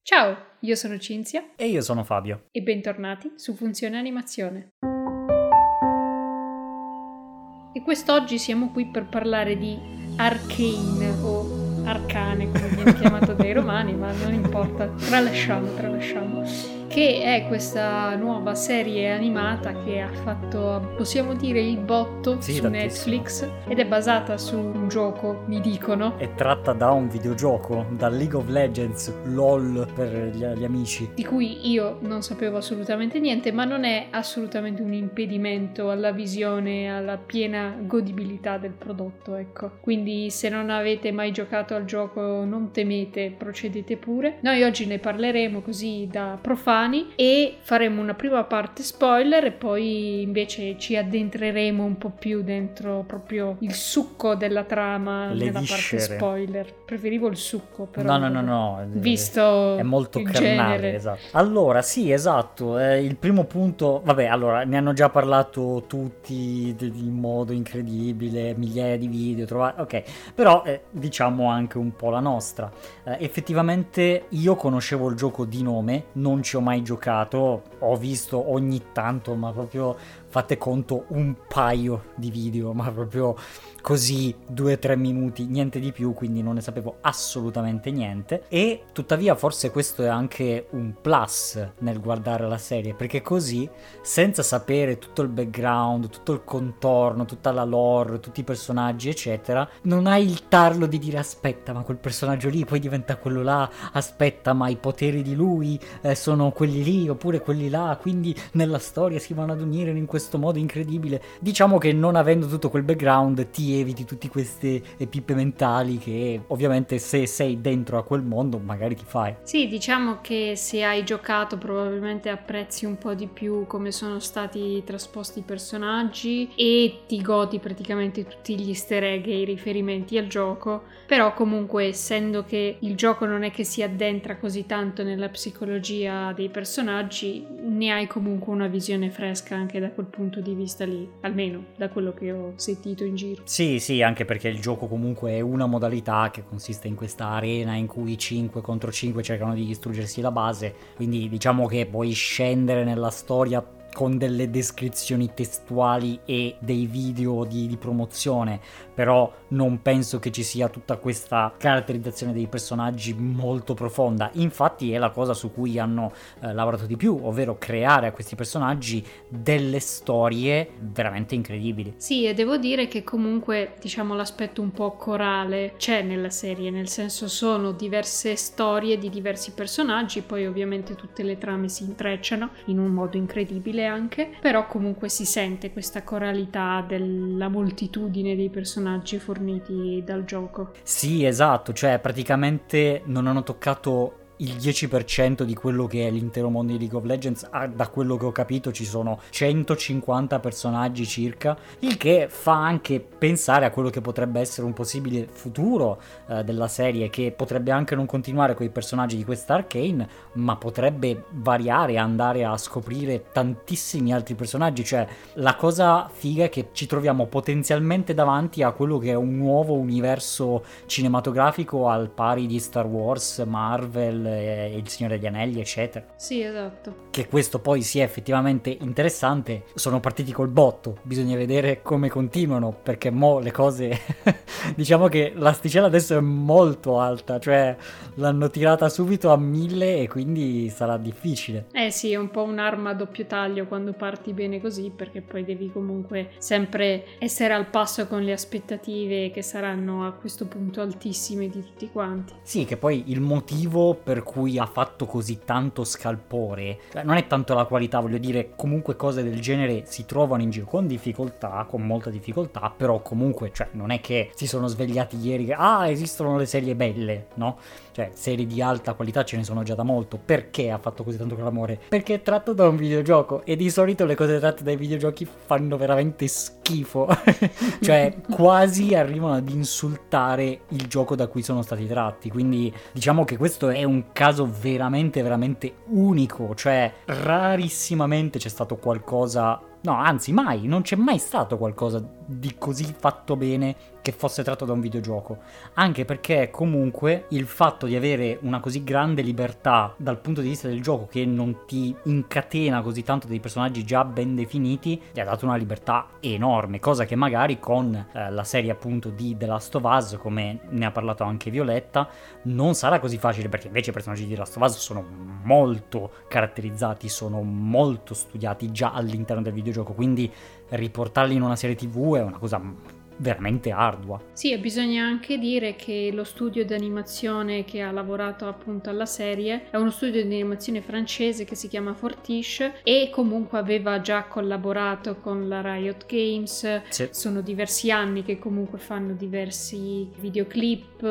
Ciao, io sono Cinzia E io sono Fabio. e bentornati su Funzione Animazione. E quest'oggi siamo qui per parlare di Arcane o Arcane come viene chiamato dai romani, ma non importa, tralasciamo, che è questa nuova serie animata che ha fatto, possiamo dire, il botto Sì, su tantissimo. Netflix ed è basata su un gioco, mi dicono. È tratta da un videogioco, da League of Legends, LOL per gli amici. Di cui io non sapevo assolutamente niente, ma non è assolutamente un impedimento alla visione, alla piena godibilità del prodotto, ecco. Quindi se non avete mai giocato al gioco non temete, procedete pure. Noi oggi ne parleremo così da profani e faremo una prima parte spoiler e poi invece ci addentreremo un po' più dentro proprio il succo della trama Le nella viscere. parte spoiler. Preferivo il succo, però. No. Visto è molto il carnale, genere. esatto. Allora, sì, esatto. Il primo punto, vabbè, allora ne hanno già parlato tutti in modo incredibile, migliaia di video trovati, ok. Però diciamo anche un po' la nostra. Effettivamente io conoscevo il gioco di nome, non ci ho mai giocato, ho visto ogni tanto, ma proprio fate conto un paio di video, ma proprio così 2-3 minuti, niente di più, quindi non ne sapevo assolutamente niente. E tuttavia forse questo è anche un plus nel guardare la serie, perché così, senza sapere tutto il background, tutto il contorno, tutta la lore, tutti i personaggi eccetera, non hai il tarlo di dire aspetta ma quel personaggio lì poi diventa quello là, aspetta ma i poteri di lui sono quelli lì oppure quelli là, quindi nella storia si vanno ad unire in questo modo incredibile. Diciamo che non avendo tutto quel background ti eviti tutte queste pippe mentali che ovviamente se sei dentro a quel mondo magari ti fai. Sì, diciamo che se hai giocato probabilmente apprezzi un po' di più come sono stati trasposti i personaggi e ti godi praticamente tutti gli easter egg e i riferimenti al gioco, però comunque essendo che il gioco non è che si addentra così tanto nella psicologia dei personaggi, ne hai comunque una visione fresca anche da quel punto di vista lì, almeno da quello che ho sentito in giro. Sì, anche perché il gioco comunque è una modalità che consiste in questa arena in cui 5 contro 5 cercano di distruggersi la base, quindi diciamo che puoi scendere nella storia con delle descrizioni testuali e dei video di promozione, però non penso che ci sia tutta questa caratterizzazione dei personaggi molto profonda. Infatti è la cosa su cui hanno lavorato di più, ovvero creare a questi personaggi delle storie veramente incredibili. Sì, e devo dire che comunque, diciamo, l'aspetto un po' corale c'è nella serie, nel senso sono diverse storie di diversi personaggi, poi ovviamente tutte le trame si intrecciano in un modo incredibile anche, però comunque si sente questa coralità della moltitudine dei personaggi forniti dal gioco. Sì, esatto, cioè praticamente non hanno toccato il 10% di quello che è l'intero mondo di League of Legends. Da quello che ho capito ci sono 150 personaggi circa, il che fa anche pensare a quello che potrebbe essere un possibile futuro della serie, che potrebbe anche non continuare con i personaggi di questa Arcane, ma potrebbe variare, andare a scoprire tantissimi altri personaggi. Cioè la cosa figa è che ci troviamo potenzialmente davanti a quello che è un nuovo universo cinematografico al pari di Star Wars, Marvel, Il Signore degli Anelli eccetera. Sì, esatto. Che questo poi sia effettivamente interessante. Sono partiti col botto, bisogna vedere come continuano, perché mo le cose diciamo che l'asticella adesso è molto alta, cioè l'hanno tirata subito a 1000 e quindi sarà difficile. Sì, è un po' un'arma a doppio taglio quando parti bene così, perché poi devi comunque sempre essere al passo con le aspettative che saranno a questo punto altissime di tutti quanti. Sì, che poi il motivo per cui ha fatto così tanto scalpore non è tanto la qualità, voglio dire, comunque cose del genere si trovano in giro con difficoltà, con molta difficoltà, però comunque, cioè, non è che si sono svegliati ieri che esistono le serie belle, no? Cioè, serie di alta qualità ce ne sono già da molto. Perché ha fatto così tanto clamore? Perché è tratto da un videogioco e di solito le cose tratte dai videogiochi fanno veramente schifo. Cioè, quasi arrivano ad insultare il gioco da cui sono stati tratti. Quindi diciamo che questo è un caso veramente unico. Cioè, rarissimamente c'è stato qualcosa No, anzi, mai, non c'è mai stato qualcosa di così fatto bene che fosse tratto da un videogioco. Anche perché comunque il fatto di avere una così grande libertà dal punto di vista del gioco, che non ti incatena così tanto dei personaggi già ben definiti, ti ha dato una libertà enorme, cosa che magari con la serie appunto di The Last of Us, come ne ha parlato anche Violetta, non sarà così facile, perché invece i personaggi di The Last of Us sono molto caratterizzati, sono molto studiati già all'interno del videogioco, quindi riportarli in una serie TV è una cosa veramente ardua. Sì, e bisogna anche dire che lo studio di animazione che ha lavorato appunto alla serie è uno studio di animazione francese che si chiama Fortiche, e comunque aveva già collaborato con la Riot Games. Sì. Sono diversi anni che comunque fanno diversi videoclip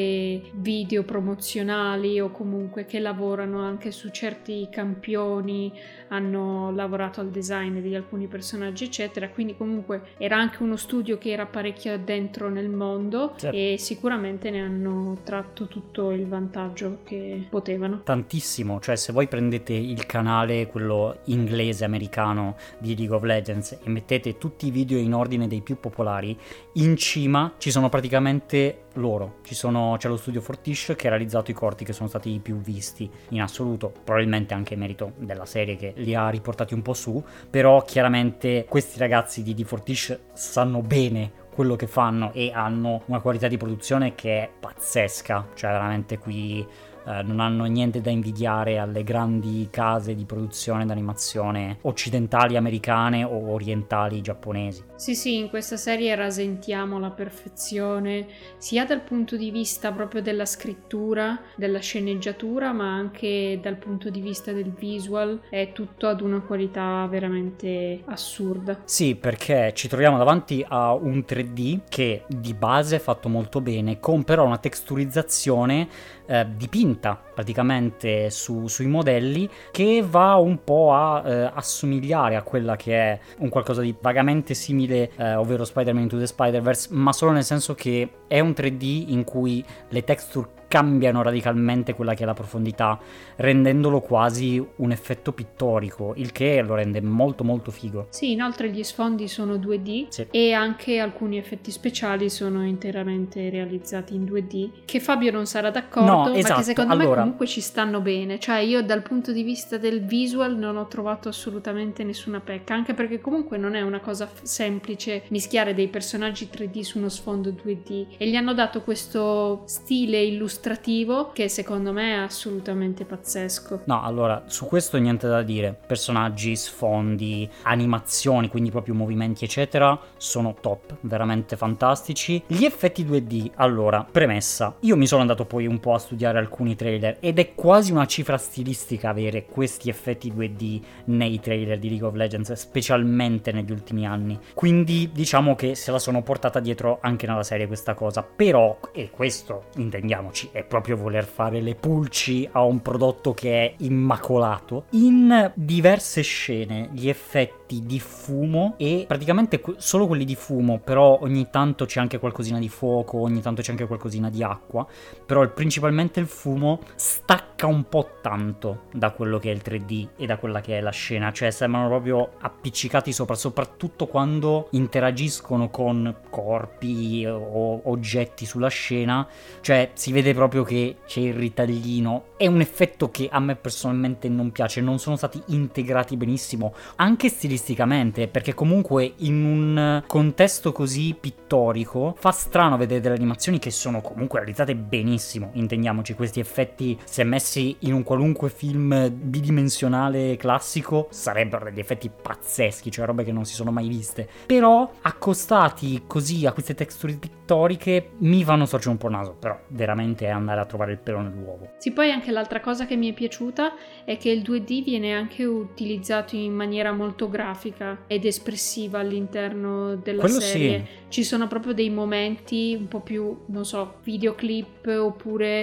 e video promozionali, o comunque che lavorano anche su certi campioni, hanno lavorato al design di alcuni personaggi eccetera, quindi comunque era anche uno studio che era parecchio addentro nel mondo, Sì. e sicuramente ne hanno tratto tutto il vantaggio che potevano. Tantissimo, cioè se voi prendete il canale, quello inglese americano di League of Legends, e mettete tutti i video in ordine dei più popolari, in cima ci sono praticamente loro, c'è lo studio Fortiche che ha realizzato i corti che sono stati i più visti in assoluto, probabilmente anche merito della serie che li ha riportati un po' su, però chiaramente questi ragazzi di Fortiche sanno bene quello che fanno e hanno una qualità di produzione che è pazzesca, cioè veramente qui non hanno niente da invidiare alle grandi case di produzione d'animazione occidentali, americane o orientali giapponesi. Sì, in questa serie rasentiamo la perfezione sia dal punto di vista proprio della scrittura, della sceneggiatura, ma anche dal punto di vista del visual. È tutto ad una qualità veramente assurda. Sì, perché ci troviamo davanti a un 3D che di base è fatto molto bene, con però una texturizzazione dipinta praticamente sui modelli, che va un po' a assomigliare a quella che è un qualcosa di vagamente simile, ovvero Spider-Man Into the Spider-Verse, ma solo nel senso che è un 3D in cui le texture cambiano radicalmente quella che è la profondità, rendendolo quasi un effetto pittorico, il che lo rende molto molto figo. Sì, inoltre gli sfondi sono 2D, sì, e anche alcuni effetti speciali sono interamente realizzati in 2D, che Fabio non sarà d'accordo, no, ma esatto, che secondo me comunque ci stanno bene. Cioè io dal punto di vista del visual non ho trovato assolutamente nessuna pecca, anche perché comunque non è una cosa semplice mischiare dei personaggi 3D su uno sfondo 2D, e gli hanno dato questo stile illustrativo che secondo me è assolutamente pazzesco. No, allora, su questo niente da dire. Personaggi, sfondi, animazioni, quindi proprio movimenti eccetera, sono top, veramente fantastici. Gli effetti 2D, allora, premessa, io mi sono andato poi un po' a studiare alcuni trailer, ed è quasi una cifra stilistica avere questi effetti 2D nei trailer di League of Legends, specialmente negli ultimi anni. Quindi diciamo che se la sono portata dietro anche nella serie questa cosa, però, e questo intendiamoci, è proprio voler fare le pulci a un prodotto che è immacolato. In diverse scene gli effetti di fumo, e praticamente solo quelli di fumo, però ogni tanto c'è anche qualcosina di fuoco, ogni tanto c'è anche qualcosina di acqua, però principalmente il fumo stacca un po' tanto da quello che è il 3D e da quella che è la scena, cioè sembrano proprio appiccicati sopra, soprattutto quando interagiscono con corpi o oggetti sulla scena, cioè si vede proprio che c'è il ritaglino. È un effetto che a me personalmente non piace, non sono stati integrati benissimo anche stilisticamente, perché comunque in un contesto così pittorico fa strano vedere delle animazioni che sono comunque realizzate benissimo, intendiamoci. Questi effetti, se messi in un qualunque film bidimensionale classico, sarebbero degli effetti pazzeschi, cioè robe che non si sono mai viste, però accostati così a queste texture pittoriche mi fanno storcere un po' il naso, però veramente è andare a trovare il pelo nell'uovo. Sì, poi anche l'altra cosa che mi è piaciuta è che il 2D viene anche utilizzato in maniera molto grafica ed espressiva all'interno della quello serie. Sì. Ci sono proprio dei momenti un po' più, non so, videoclip oppure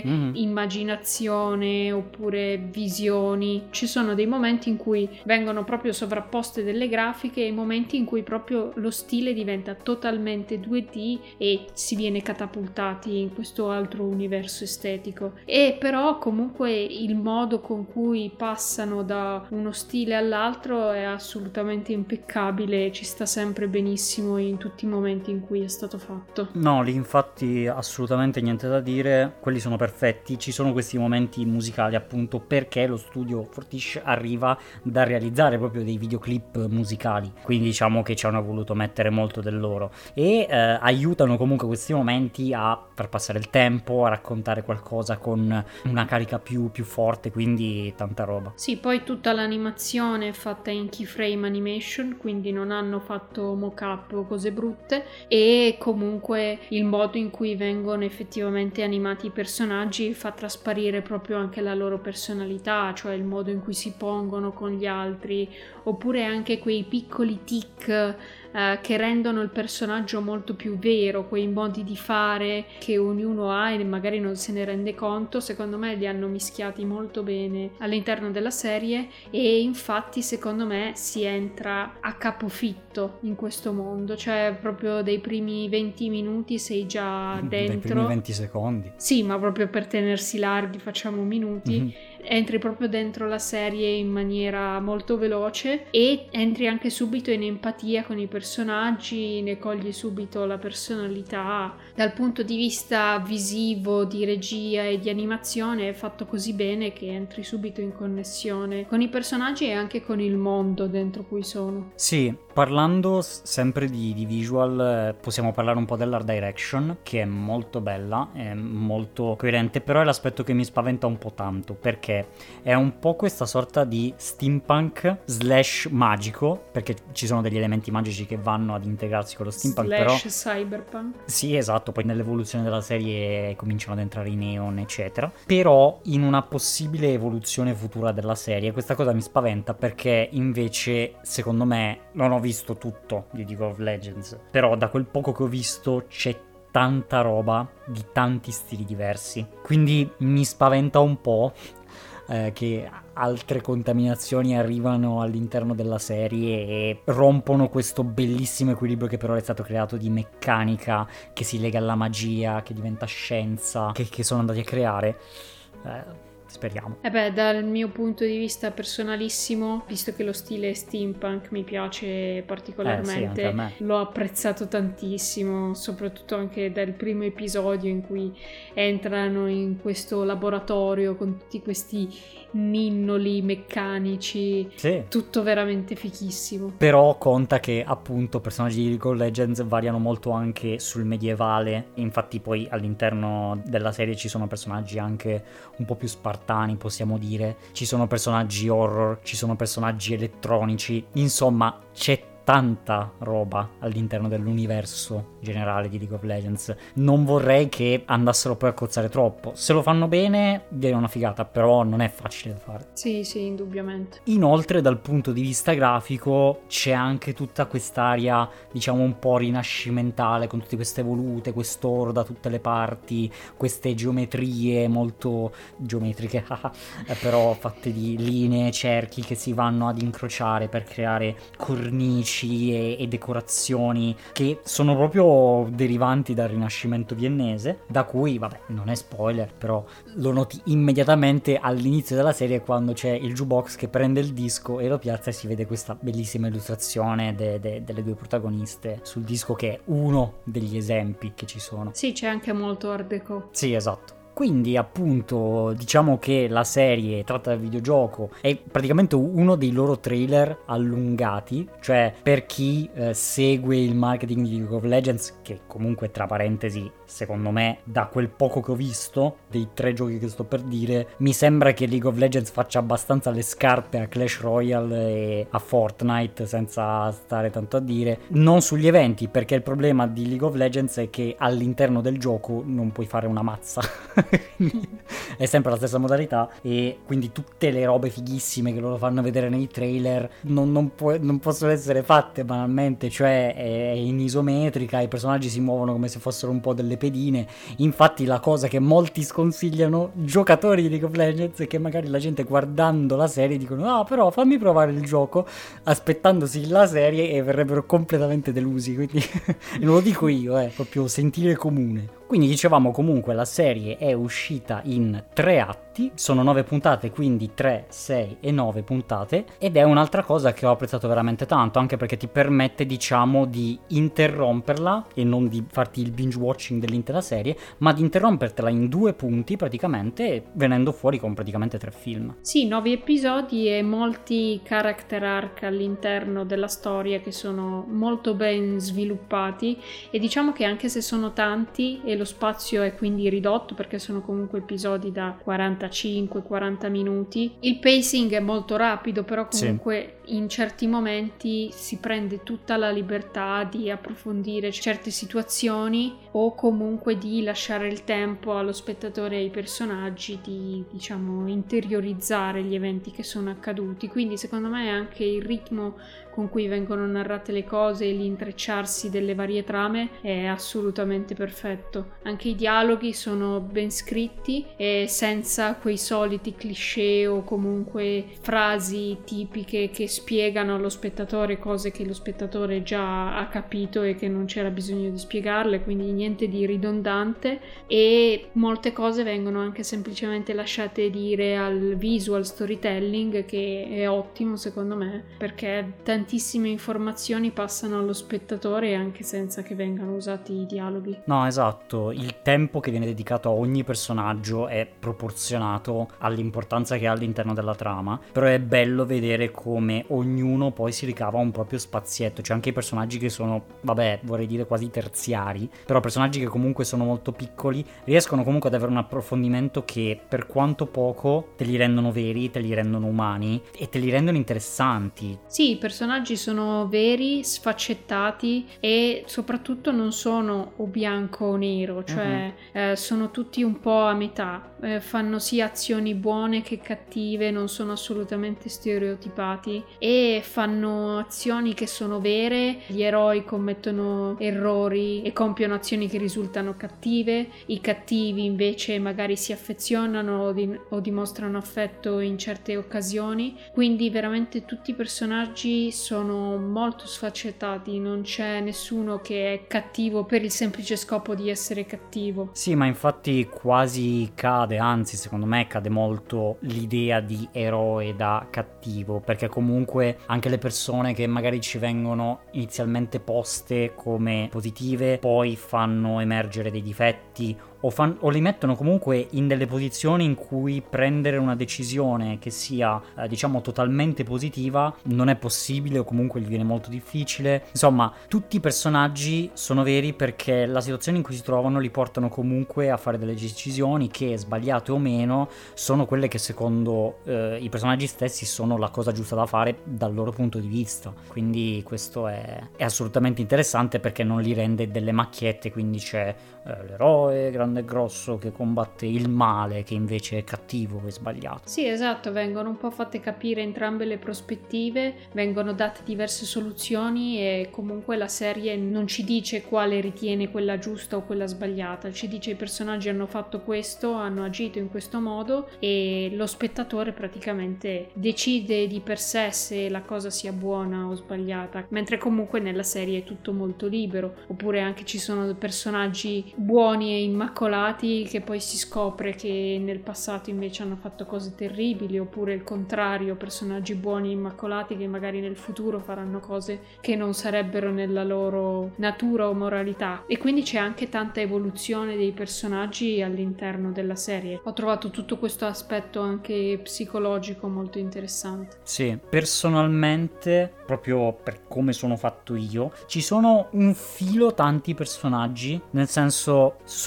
immaginazione oppure visioni. Ci sono dei momenti in cui vengono proprio sovrapposte delle grafiche e momenti in cui proprio lo stile diventa totalmente 2D e si viene catapultati in questo altro universo estetico. E però comunque il modo con cui passano da uno stile all'altro è assolutamente impeccabile e ci sta sempre benissimo in tutti i momenti in cui è stato fatto. No, lì infatti assolutamente niente da dire, quelli sono perfetti, ci sono questi momenti musicali appunto perché lo studio Fortiche arriva da realizzare proprio dei videoclip musicali, quindi diciamo che ci hanno voluto mettere molto del loro e aiutano comunque questi momenti a far passare il tempo, a raccontare qualcosa con una carica più forte, quindi tanta roba. Sì, poi tutta l'animazione è fatta in keyframe animation, quindi non hanno fatto mock-up o cose brutte, e comunque il modo in cui vengono effettivamente animati i personaggi fa trasparire proprio anche la loro personalità, cioè il modo in cui si pongono con gli altri, oppure anche quei piccoli tic che rendono il personaggio molto più vero, quei modi di fare che ognuno ha e magari non se ne rende conto. Secondo me li hanno mischiati molto bene all'interno della serie e infatti secondo me si entra a capofitto in questo mondo, cioè proprio dei primi 20 minuti sei già dentro. Dai primi 20 secondi. Sì, ma proprio per tenersi larghi facciamo minuti. Entri proprio dentro la serie in maniera molto veloce e entri anche subito in empatia con i personaggi, ne cogli subito la personalità. Dal punto di vista visivo, di regia e di animazione è fatto così bene che entri subito in connessione con i personaggi e anche con il mondo dentro cui sono. Sì, parlando sempre di visual, possiamo parlare un po' dell'art direction, che è molto bella, è molto coerente, però è l'aspetto che mi spaventa un po' tanto, perché è un po' questa sorta di steampunk slash magico, perché ci sono degli elementi magici che vanno ad integrarsi con lo steampunk, slash però cyberpunk. sì, esatto, poi nell'evoluzione della serie cominciano ad entrare i neon, eccetera. Però in una possibile evoluzione futura della serie questa cosa mi spaventa, perché invece secondo me non ho visto tutto di League of Legends, però da quel poco che ho visto c'è tanta roba di tanti stili diversi, quindi mi spaventa un po' che altre contaminazioni arrivano all'interno della serie e rompono questo bellissimo equilibrio che però è stato creato di meccanica che si lega alla magia, che diventa scienza, che sono andati a creare. Speriamo. Dal mio punto di vista personalissimo, visto che lo stile steampunk mi piace particolarmente, sì, anche a me. l'ho apprezzato tantissimo, soprattutto anche dal primo episodio in cui entrano in questo laboratorio con tutti questi ninnoli meccanici, sì. Tutto veramente fichissimo. Però conta che appunto personaggi di League of Legends variano molto anche sul medievale, infatti poi all'interno della serie ci sono personaggi anche un po' più spartani, possiamo dire, ci sono personaggi horror, ci sono personaggi elettronici, insomma c'è tanta roba all'interno dell'universo generale di League of Legends. Non vorrei che andassero poi a cozzare troppo. Se lo fanno bene viene una figata, però non è facile da fare. Sì, indubbiamente. Inoltre dal punto di vista grafico c'è anche tutta quest'area, diciamo, un po' rinascimentale, con tutte queste volute, quest'oro da tutte le parti, queste geometrie molto geometriche però fatte di linee, cerchi che si vanno ad incrociare per creare cornici e decorazioni che sono proprio derivanti dal Rinascimento viennese, da cui, vabbè, non è spoiler, però lo noti immediatamente all'inizio della serie quando c'è il jukebox che prende il disco e lo piazza e si vede questa bellissima illustrazione delle due protagoniste sul disco, che è uno degli esempi che ci sono. Sì, c'è anche molto art déco. Sì, esatto. Quindi appunto diciamo che la serie tratta del videogioco è praticamente uno dei loro trailer allungati, cioè per chi segue il marketing di League of Legends, che comunque tra parentesi secondo me da quel poco che ho visto dei 3 giochi che sto per dire mi sembra che League of Legends faccia abbastanza le scarpe a Clash Royale e a Fortnite, senza stare tanto a dire, non sugli eventi, perché il problema di League of Legends è che all'interno del gioco non puoi fare una mazza Quindi è sempre la stessa modalità, e quindi tutte le robe fighissime che loro fanno vedere nei trailer non possono essere fatte banalmente, cioè è in isometrica, i personaggi si muovono come se fossero un po' delle pedine. Infatti la cosa che molti sconsigliano, giocatori di League of Legends, è che magari la gente guardando la serie dicono ah però fammi provare il gioco, aspettandosi la serie, e verrebbero completamente delusi, quindi non lo dico io, è proprio sentire comune. Quindi dicevamo, comunque la serie è uscita in 3 atti, sono 9 puntate, quindi 3, 6 e 9 puntate, ed è un'altra cosa che ho apprezzato veramente tanto, anche perché ti permette, diciamo, di interromperla e non di farti il binge watching dell'intera serie, ma di interrompertela in 2 punti praticamente, venendo fuori con praticamente 3 film. Sì, 9 episodi e molti character arc all'interno della storia che sono molto ben sviluppati, e diciamo che anche se sono tanti e lo spazio è quindi ridotto perché sono comunque episodi da 45-40 minuti, il pacing è molto rapido, però comunque in certi momenti si prende tutta la libertà di approfondire certe situazioni, o comunque di lasciare il tempo allo spettatore e ai personaggi di, diciamo, interiorizzare gli eventi che sono accaduti. Quindi secondo me anche il ritmo con cui vengono narrate le cose e l'intrecciarsi delle varie trame è assolutamente perfetto. Anche i dialoghi sono ben scritti e senza quei soliti cliché o comunque frasi tipiche che spiegano allo spettatore cose che lo spettatore già ha capito e che non c'era bisogno di spiegarle, quindi niente di ridondante, e molte cose vengono anche semplicemente lasciate dire al visual storytelling, che è ottimo secondo me, perché tantissime informazioni passano allo spettatore anche senza che vengano usati i dialoghi. No, esatto, il tempo che viene dedicato a ogni personaggio è proporzionato all'importanza che ha all'interno della trama, però è bello vedere come ognuno poi si ricava un proprio spazietto, cioè anche i personaggi che sono, vabbè, vorrei dire quasi terziari, però personaggi che comunque sono molto piccoli riescono comunque ad avere un approfondimento che, per quanto poco, te li rendono veri, te li rendono umani e te li rendono interessanti. Sì, i personaggi sono veri, sfaccettati, e soprattutto non sono o bianco o nero, cioè sono tutti un po' a metà, fanno sia azioni buone che cattive, non sono assolutamente stereotipati, e fanno azioni che sono vere. Gli eroi commettono errori e compiono azioni che risultano cattive, i cattivi invece magari si affezionano o dimostrano affetto in certe occasioni, quindi veramente tutti i personaggi sono molto sfaccettati, non c'è nessuno che è cattivo per il semplice scopo di essere cattivo. Sì, ma infatti quasi cade, anzi secondo me cade molto l'idea di eroe da cattivo, perché comunque anche le persone che magari ci vengono inizialmente poste come positive poi fanno emergere dei difetti o li mettono comunque in delle posizioni in cui prendere una decisione che sia diciamo totalmente positiva non è possibile, o comunque gli viene molto difficile. Insomma, tutti i personaggi sono veri perché la situazione in cui si trovano li portano comunque a fare delle decisioni che, sbagliate o meno, sono quelle che secondo i personaggi stessi sono la cosa giusta da fare dal loro punto di vista. Quindi questo è assolutamente interessante, perché non li rende delle macchiette, quindi c'è l'eroe grande e grosso che combatte il male, che invece è cattivo e sbagliato. Sì, esatto, vengono un po' fatte capire entrambe le prospettive, vengono date diverse soluzioni, e comunque la serie non ci dice quale ritiene quella giusta o quella sbagliata, ci dice i personaggi hanno fatto questo, hanno agito in questo modo, e lo spettatore praticamente decide di per sé se la cosa sia buona o sbagliata, mentre comunque nella serie è tutto molto libero. Oppure anche ci sono personaggi buoni e immacolati che poi si scopre che nel passato invece hanno fatto cose terribili, oppure il contrario, personaggi buoni e immacolati che magari nel futuro faranno cose che non sarebbero nella loro natura o moralità, e quindi c'è anche tanta evoluzione dei personaggi all'interno della serie. Ho trovato tutto questo aspetto anche psicologico molto interessante. Sì, personalmente, proprio per come sono fatto io, ci sono un filo tanti personaggi, nel senso sono abbastanza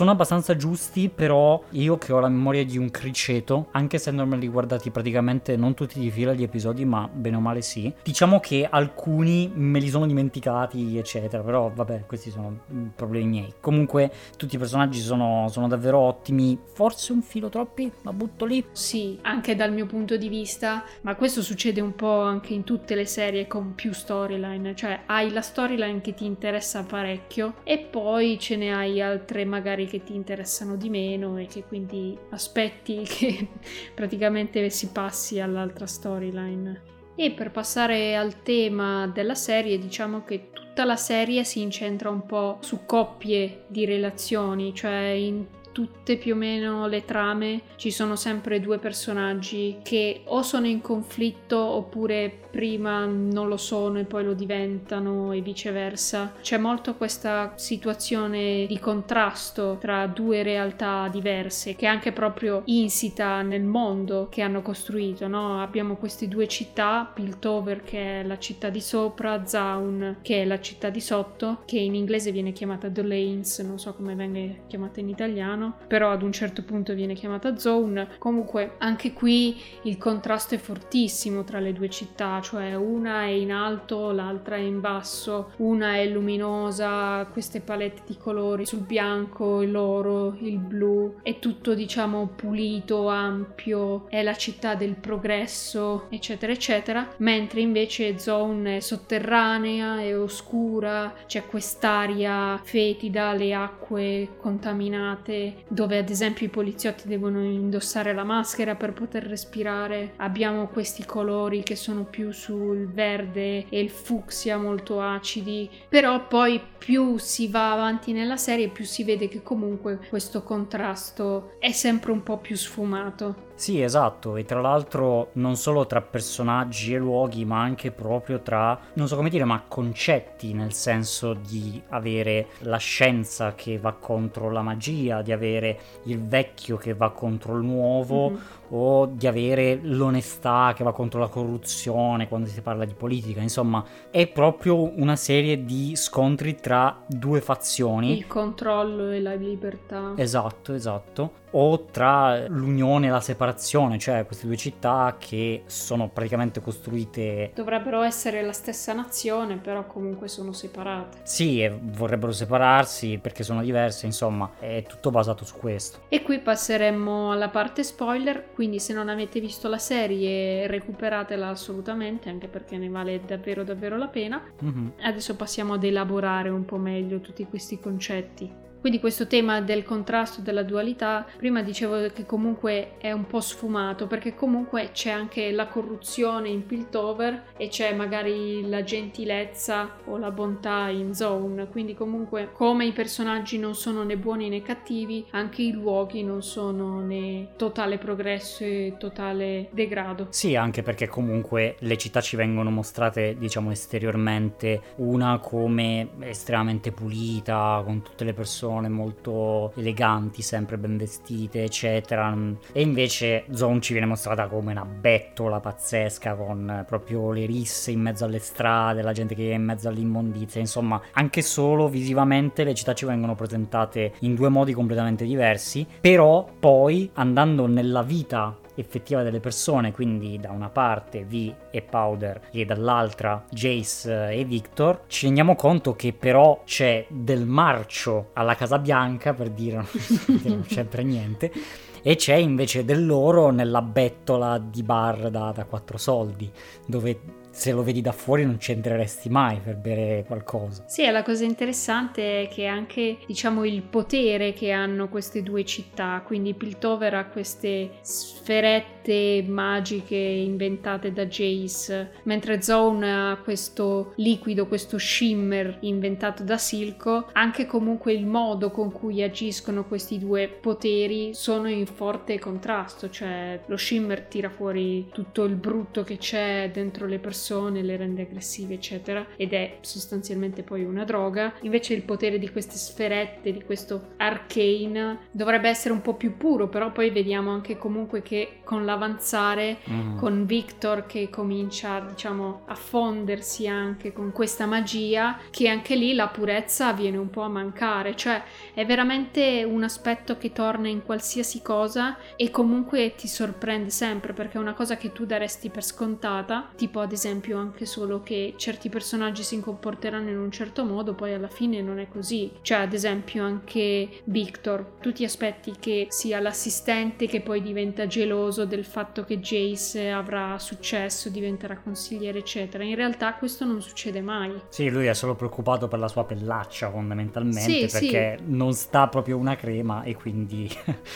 abbastanza giusti, però io che ho la memoria di un criceto, anche se non me li guardati praticamente non tutti di fila gli episodi, ma bene o male sì, diciamo che alcuni me li sono dimenticati eccetera, però vabbè, questi sono problemi miei. Comunque tutti i personaggi sono davvero ottimi, forse un filo troppi, ma butto lì. Sì, anche dal mio punto di vista, ma questo succede un po' anche in tutte le serie con più storyline, cioè hai la storyline che ti interessa parecchio e poi ce ne hai altre magari che ti interessano di meno e che quindi aspetti che praticamente si passi all'altra storyline. E per passare al tema della serie, diciamo che tutta la serie si incentra un po' su coppie di relazioni, cioè in tutte più o meno le trame ci sono sempre due personaggi che o sono in conflitto oppure prima non lo sono e poi lo diventano e viceversa. C'è molto questa situazione di contrasto tra due realtà diverse che è anche proprio insita nel mondo che hanno costruito, no? Abbiamo queste due città, Piltover che è la città di sopra, Zaun che è la città di sotto, che in inglese viene chiamata The Lanes, non so come venga chiamata in italiano, però ad un certo punto viene chiamata Zone. Comunque anche qui il contrasto è fortissimo tra le due città, cioè una è in alto, l'altra è in basso, una è luminosa, queste palette di colori sul bianco, l'oro, il blu, è tutto diciamo pulito, ampio, è la città del progresso, eccetera eccetera, mentre invece Zone è sotterranea, è oscura, c'è quest'aria fetida, le acque contaminate, dove ad esempio i poliziotti devono indossare la maschera per poter respirare. Abbiamo questi colori che sono più sul verde e il fucsia molto acidi, però poi più si va avanti nella serie più si vede che comunque questo contrasto è sempre un po' più sfumato. Sì, esatto, e tra l'altro non solo tra personaggi e luoghi, ma anche proprio tra, non so come dire, ma concetti, nel senso di avere la scienza che va contro la magia, di avere il vecchio che va contro il nuovo, o di avere l'onestà che va contro la corruzione quando si parla di politica. Insomma, è proprio una serie di scontri tra due fazioni. Il controllo e la libertà. Esatto. O tra l'unione e la separazione, cioè queste due città che sono praticamente costruite... Dovrebbero essere la stessa nazione, però comunque sono separate. Sì, e vorrebbero separarsi perché sono diverse, insomma, è tutto basato su questo. E qui passeremmo alla parte spoiler, quindi se non avete visto la serie recuperatela assolutamente, anche perché ne vale davvero davvero la pena. Adesso passiamo ad elaborare un po' meglio tutti questi concetti. Quindi questo tema del contrasto, della dualità, prima dicevo che comunque è un po' sfumato, perché comunque c'è anche la corruzione in Piltover e c'è magari la gentilezza o la bontà in Zone, quindi comunque come i personaggi non sono né buoni né cattivi, anche i luoghi non sono né totale progresso e totale degrado. Sì, anche perché comunque le città ci vengono mostrate, diciamo, esteriormente, una come estremamente pulita, con tutte le persone molto eleganti, sempre ben vestite, eccetera, e invece Zone ci viene mostrata come una bettola pazzesca con proprio le risse in mezzo alle strade, la gente che è in mezzo all'immondizia. Insomma, anche solo visivamente le città ci vengono presentate in due modi completamente diversi, però poi andando nella vita effettiva delle persone, quindi da una parte V e Powder e dall'altra Jace e Victor, ci rendiamo conto che però c'è del marcio alla Casa Bianca, per dire, non c'è per niente, e c'è invece dell'oro nella bettola di bar da 4 soldi, dove se lo vedi da fuori non ci entreresti mai per bere qualcosa. Sì, la cosa interessante è che anche, diciamo, il potere che hanno queste due città, quindi Piltover ha queste sferette magiche inventate da Jace, mentre Zone ha questo liquido, questo shimmer inventato da Silco. Anche comunque il modo con cui agiscono questi due poteri sono in forte contrasto, cioè lo shimmer tira fuori tutto il brutto che c'è dentro le persone persone, le rende aggressive eccetera, ed è sostanzialmente poi una droga. Invece il potere di queste sferette, di questo arcane, dovrebbe essere un po' più puro, però poi vediamo anche comunque che con l'avanzare, con Victor che comincia diciamo a fondersi anche con questa magia, che anche lì la purezza viene un po' a mancare, cioè è veramente un aspetto che torna in qualsiasi cosa e comunque ti sorprende sempre, perché è una cosa che tu daresti per scontata, tipo ad esempio anche solo che certi personaggi si comporteranno in un certo modo, poi alla fine non è così. Cioè ad esempio anche Victor, tu ti aspetti che sia l'assistente che poi diventa geloso del fatto che Jace avrà successo, diventerà consigliere eccetera, in realtà questo non succede mai. Sì, lui è solo preoccupato per la sua pellaccia fondamentalmente, Sì, perché non sta proprio una crema e quindi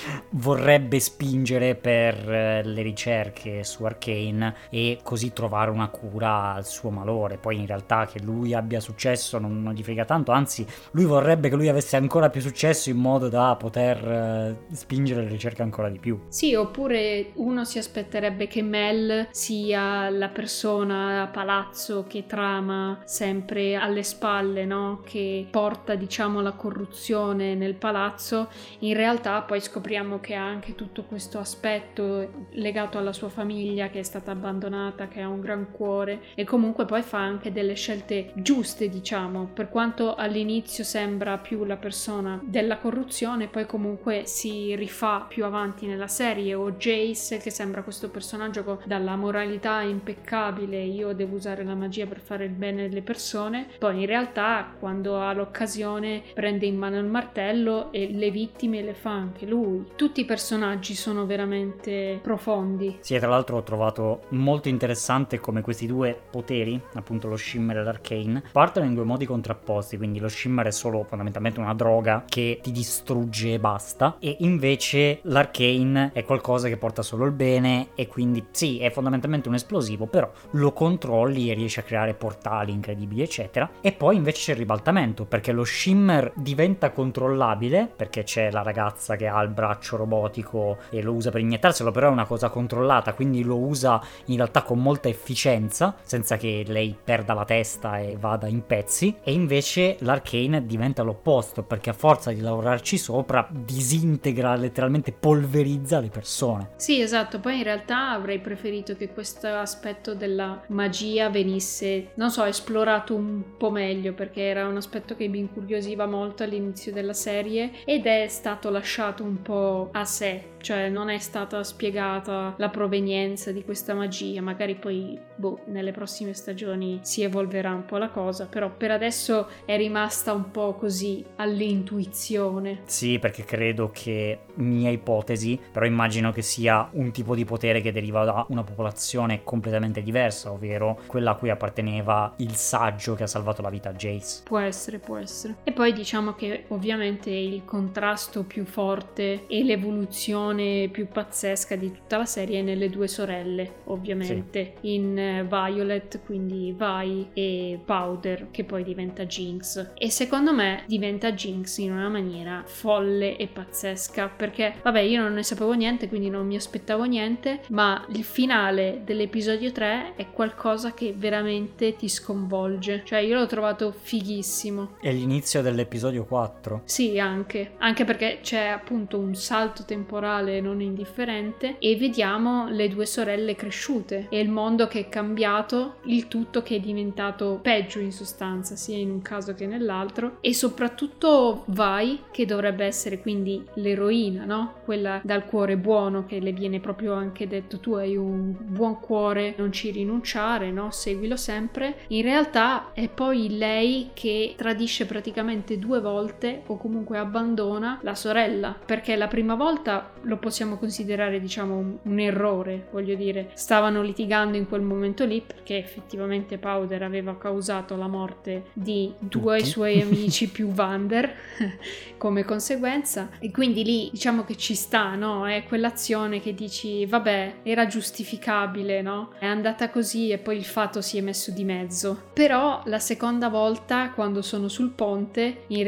vorrebbe spingere per le ricerche su Arcane e così trovare una cura al suo malore. Poi in realtà che lui abbia successo non gli frega tanto, anzi lui vorrebbe che lui avesse ancora più successo in modo da poter spingere le ricerche ancora di più. Sì, oppure uno si aspetterebbe che Mel sia la persona a palazzo che trama sempre alle spalle, no? Che porta diciamo la corruzione nel palazzo. In realtà poi scopriamo che ha anche tutto questo aspetto legato alla sua famiglia che è stata abbandonata, che ha un gran cuore, e comunque poi fa anche delle scelte giuste, diciamo, per quanto all'inizio sembra più la persona della corruzione, poi comunque si rifà più avanti nella serie, o Jace che sembra questo personaggio dalla moralità impeccabile, io devo usare la magia per fare il bene delle persone, poi in realtà quando ha l'occasione prende in mano il martello e le vittime le fa anche lui. Tutti i personaggi sono veramente profondi. Sì, e tra l'altro ho trovato molto interessante come questi due poteri, appunto lo Shimmer e l'Arcane, partono in due modi contrapposti, quindi lo Shimmer è solo fondamentalmente una droga che ti distrugge e basta, e invece l'Arcane è qualcosa che porta solo il bene e quindi sì, è fondamentalmente un esplosivo, però lo controlli e riesci a creare portali incredibili eccetera. E poi invece c'è il ribaltamento, perché lo Shimmer diventa controllabile, perché c'è la ragazza che ha il braccio robotico e lo usa per iniettarselo, però è una cosa controllata, quindi lo usa in realtà con molta efficienza senza che lei perda la testa e vada in pezzi. E invece l'Arcane diventa l'opposto, perché a forza di lavorarci sopra disintegra, letteralmente polverizza le persone. Sì, esatto, poi in realtà avrei preferito che questo aspetto della magia venisse, non so, esplorato un po' meglio, perché era un aspetto che mi incuriosiva molto all'inizio della serie ed è stato lasciato un po' a sé, cioè non è stata spiegata la provenienza di questa magia. Magari poi nelle prossime stagioni si evolverà un po' la cosa, però per adesso è rimasta un po' così all'intuizione. Sì, perché credo che, mia ipotesi, però immagino che sia un tipo di potere che deriva da una popolazione completamente diversa, ovvero quella a cui apparteneva il saggio che ha salvato la vita a Jace. Può essere. E poi diciamo che ovviamente il contrasto più forte e l'evoluzione più pazzesca di tutta la serie è nelle due sorelle, ovviamente, sì. In Violet, quindi Vi, e Powder, che poi diventa Jinx. E secondo me diventa Jinx in una maniera folle e pazzesca, perché vabbè, io non ne sapevo niente, quindi non mi aspettavo niente, ma il finale dell'episodio 3 è qualcosa che veramente ti sconvolge, cioè io l'ho trovato fighissimo. E l'inizio dell'episodio 4? Sì, anche perché c'è appunto un salto temporale non indifferente e vediamo le due sorelle cresciute e il mondo che è cambiato, il tutto che è diventato peggio in sostanza, sia in un caso che nell'altro, e soprattutto Vi, che dovrebbe essere quindi l'eroina, no? Quella dal cuore buono, che le viene proprio anche detto: tu hai un buon cuore, non ci rinunciare, no? Seguilo sempre. In realtà è poi lei che tradisce praticamente 2 volte, o comunque abbandona la sorella, perché la prima volta lo possiamo considerare, diciamo, un errore, voglio dire, stavano litigando in quel momento lì perché effettivamente Powder aveva causato la morte di 2 suoi amici più Vander come conseguenza, e quindi lì diciamo che ci sta, no? È quell'azione che dici vabbè, era giustificabile, no? È andata così e poi il fatto si è messo di mezzo. Però la seconda volta, quando sono sul ponte, in realtà lei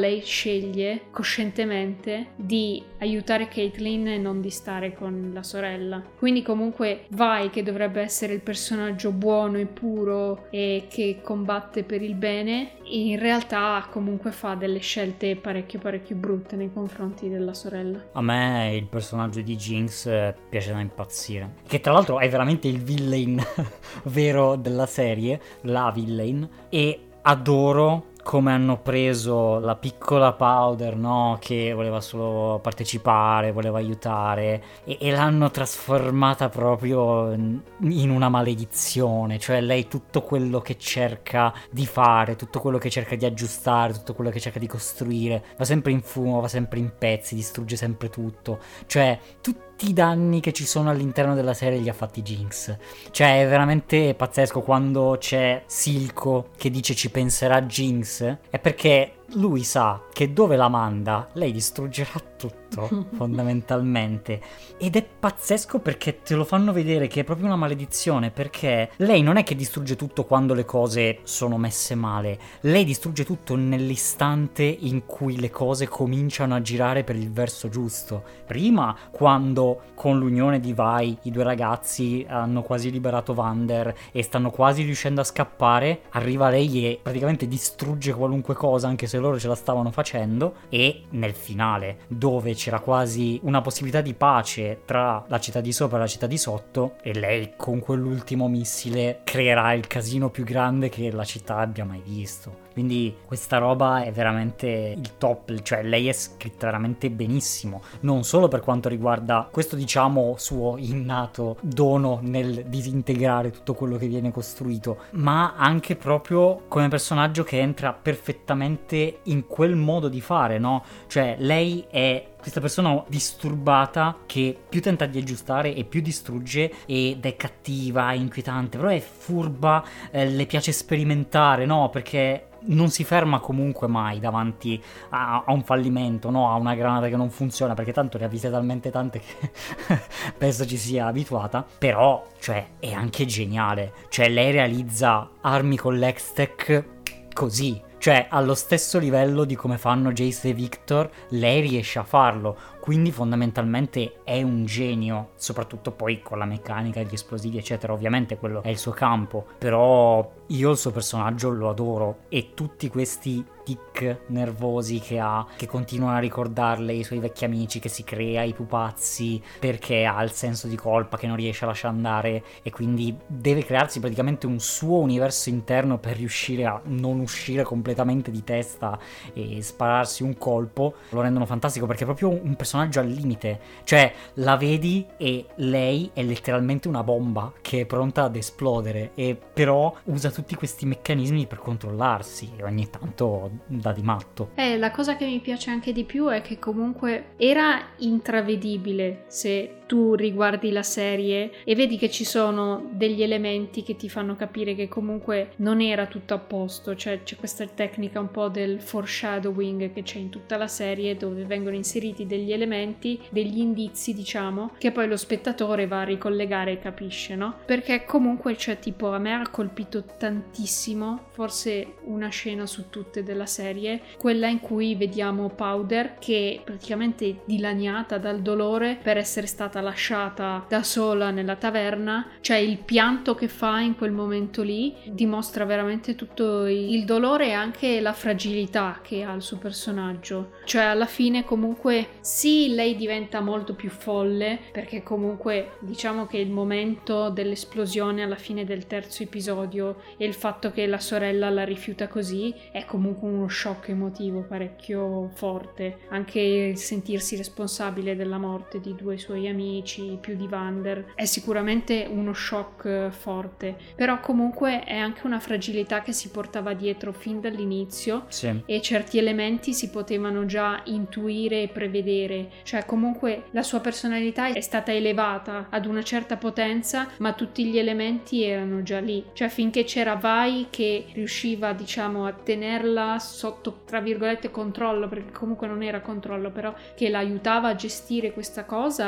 lei sceglie coscientemente di aiutare Caitlyn e non di stare con la sorella. Quindi comunque Vi, che dovrebbe essere il personaggio buono e puro e che combatte per il bene, in realtà comunque fa delle scelte parecchio brutte nei confronti della sorella. A me il personaggio di Jinx piace da impazzire, che tra l'altro è veramente il villain vero della serie, la villain, e adoro come hanno preso la piccola Powder, no? Che voleva solo partecipare, voleva aiutare, e l'hanno trasformata proprio in una maledizione. Cioè lei tutto quello che cerca di fare, tutto quello che cerca di aggiustare, tutto quello che cerca di costruire, va sempre in fumo, va sempre in pezzi, distrugge sempre tutto. Cioè tutti i danni che ci sono all'interno della serie li ha fatti Jinx. Cioè è veramente pazzesco quando c'è Silco che dice ci penserà Jinx, è perché lui sa che dove la manda lei distruggerà tutto fondamentalmente, ed è pazzesco perché te lo fanno vedere che è proprio una maledizione, perché lei non è che distrugge tutto quando le cose sono messe male, lei distrugge tutto nell'istante in cui le cose cominciano a girare per il verso giusto. Prima, quando con l'unione di Vi i due ragazzi hanno quasi liberato Vander e stanno quasi riuscendo a scappare, arriva lei e praticamente distrugge qualunque cosa, anche se loro ce la stavano facendo. E nel finale, dove c'era quasi una possibilità di pace tra la città di sopra e la città di sotto, e lei con quell'ultimo missile creerà il casino più grande che la città abbia mai visto. Quindi questa roba è veramente il top, cioè lei è scritta veramente benissimo, non solo per quanto riguarda questo, diciamo, suo innato dono nel disintegrare tutto quello che viene costruito, ma anche proprio come personaggio che entra perfettamente in quel modo di fare, no? Cioè lei è questa persona disturbata che più tenta di aggiustare e più distrugge, ed è cattiva, è inquietante, però è furba, le piace sperimentare, no? Perché non si ferma comunque mai davanti a un fallimento, no? A una granata che non funziona, perché tanto ne ha viste talmente tante che penso ci sia abituata. Però, cioè, è anche geniale. Cioè, lei realizza armi con l'Hextech così. Cioè, allo stesso livello di come fanno Jace e Victor, lei riesce a farlo. Quindi fondamentalmente è un genio, soprattutto poi con la meccanica, gli esplosivi eccetera, ovviamente quello è il suo campo, però io il suo personaggio lo adoro, e tutti questi tic nervosi che ha, che continuano a ricordarle i suoi vecchi amici, che si crea i pupazzi perché ha il senso di colpa che non riesce a lasciare andare, e quindi deve crearsi praticamente un suo universo interno per riuscire a non uscire completamente di testa e spararsi un colpo. Lo rendono fantastico perché è proprio un personaggio al limite, cioè la vedi e lei è letteralmente una bomba che è pronta ad esplodere, e però usa tutti questi meccanismi per controllarsi e ogni tanto dà di matto. La cosa che mi piace anche di più è che comunque era intravedibile se tu riguardi la serie e vedi che ci sono degli elementi che ti fanno capire che comunque non era tutto a posto, cioè c'è questa tecnica un po' del foreshadowing che c'è in tutta la serie, dove vengono inseriti degli elementi, degli indizi, diciamo, che poi lo spettatore va a ricollegare e capisce, no? Perché comunque, cioè, tipo, a me ha colpito tantissimo, forse una scena su tutte della serie, quella in cui vediamo Powder che praticamente è dilaniata dal dolore per essere stata lasciata da sola nella taverna. Cioè il pianto che fa in quel momento lì dimostra veramente tutto il dolore e anche la fragilità che ha il suo personaggio. Cioè alla fine comunque sì, lei diventa molto più folle, perché comunque diciamo che il momento dell'esplosione alla fine del terzo episodio e il fatto che la sorella la rifiuta così è comunque uno shock emotivo parecchio forte, anche il sentirsi responsabile della morte di due suoi amici più di Vander è sicuramente uno shock forte, però comunque è anche una fragilità che si portava dietro fin dall'inizio, sì. E certi elementi si potevano già intuire e prevedere, cioè comunque la sua personalità è stata elevata ad una certa potenza, ma tutti gli elementi erano già lì, cioè finché c'era Vi che riusciva, diciamo, a tenerla sotto, tra virgolette, controllo, perché comunque non era controllo, però che la aiutava a gestire questa cosa, a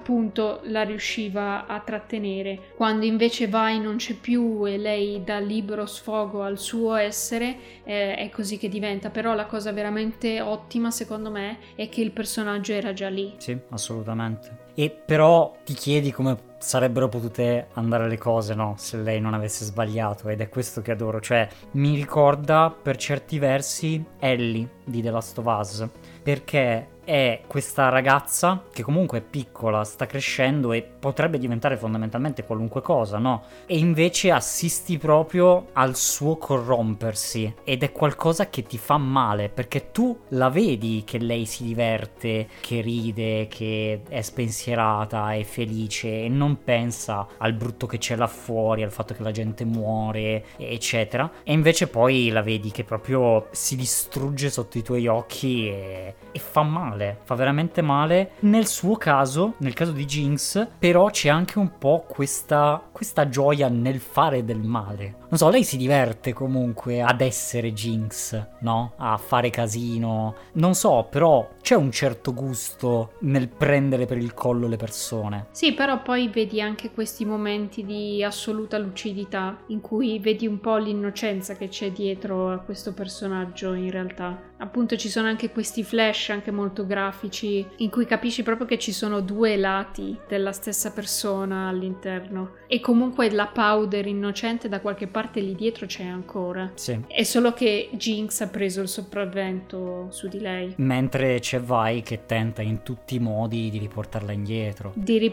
appunto la riusciva a trattenere. Quando invece Vi non c'è più e lei dà libero sfogo al suo essere, è così che diventa. Però la cosa veramente ottima secondo me è che il personaggio era già lì. Sì, assolutamente. E però ti chiedi come sarebbero potute andare le cose, no? Se lei non avesse sbagliato, ed è questo che adoro. Cioè, mi ricorda per certi versi Ellie di The Last of Us, perché è questa ragazza che comunque è piccola, sta crescendo e potrebbe diventare fondamentalmente qualunque cosa, no? E invece assisti proprio al suo corrompersi, ed è qualcosa che ti fa male, perché tu la vedi che lei si diverte, che ride, che è spensierata, è felice e non pensa al brutto che c'è là fuori, al fatto che la gente muore, eccetera. E invece poi la vedi che proprio si distrugge sotto i tuoi occhi e fa male, fa veramente male. Nel suo caso, nel caso di Jinx, però c'è anche un po' questa gioia nel fare del male. Non so, lei si diverte comunque ad essere Jinx, no? A fare casino. Non so, però c'è un certo gusto nel prendere per il collo le persone. Sì, però poi vedi anche questi momenti di assoluta lucidità in cui vedi un po' l'innocenza che c'è dietro a questo personaggio in realtà. Appunto ci sono anche questi flash anche molto grafici in cui capisci proprio che ci sono due lati della stessa persona all'interno, e comunque la Powder innocente da qualche parte lì dietro c'è ancora. Sì. È solo che Jinx ha preso il sopravvento su di lei. Mentre c'è Vi che tenta in tutti i modi di riportarla indietro.